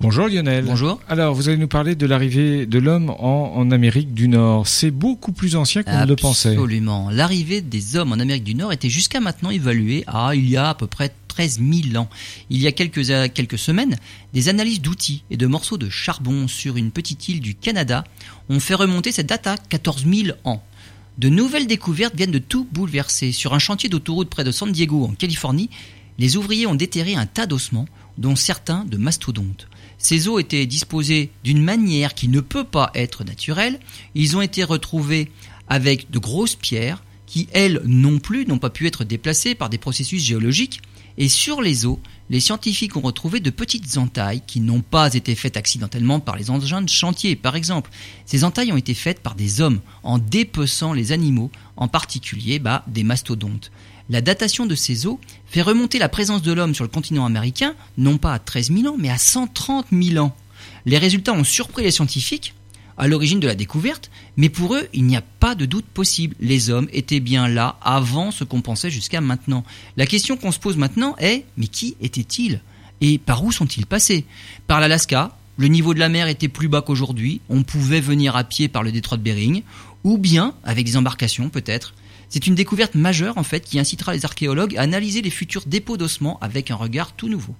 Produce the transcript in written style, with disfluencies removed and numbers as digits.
Bonjour Lionel. Bonjour. Alors, vous allez nous parler de l'arrivée de l'homme en Amérique du Nord. C'est beaucoup plus ancien qu'on ne le pensait. Absolument. L'arrivée des hommes en Amérique du Nord était jusqu'à maintenant évaluée il y a à peu près 13 000 ans. Il y a quelques semaines, des analyses d'outils et de morceaux de charbon sur une petite île du Canada ont fait remonter cette date à 14 000 ans. De nouvelles découvertes viennent de tout bouleverser. Sur un chantier d'autoroute près de San Diego, en Californie, les ouvriers ont déterré un tas d'ossements, dont certains de mastodontes. Ces os étaient disposés d'une manière qui ne peut pas être naturelle. Ils ont été retrouvés avec de grosses pierres qui, elles non plus, n'ont pas pu être déplacées par des processus géologiques. Et sur les os, les scientifiques ont retrouvé de petites entailles qui n'ont pas été faites accidentellement par les engins de chantier, par exemple. Ces entailles ont été faites par des hommes en dépeçant les animaux, en particulier des mastodontes. La datation de ces os fait remonter la présence de l'homme sur le continent américain, non pas à 13 000 ans, mais à 130 000 ans. Les résultats ont surpris les scientifiques à l'origine de la découverte, mais pour eux, il n'y a pas de doute possible. Les hommes étaient bien là avant ce qu'on pensait jusqu'à maintenant. La question qu'on se pose maintenant est, mais qui étaient-ils ? Et par où sont-ils passés ? Par l'Alaska, le niveau de la mer était plus bas qu'aujourd'hui, on pouvait venir à pied par le détroit de Bering, ou bien avec des embarcations peut-être. C'est une découverte majeure en fait qui incitera les archéologues à analyser les futurs dépôts d'ossements avec un regard tout nouveau.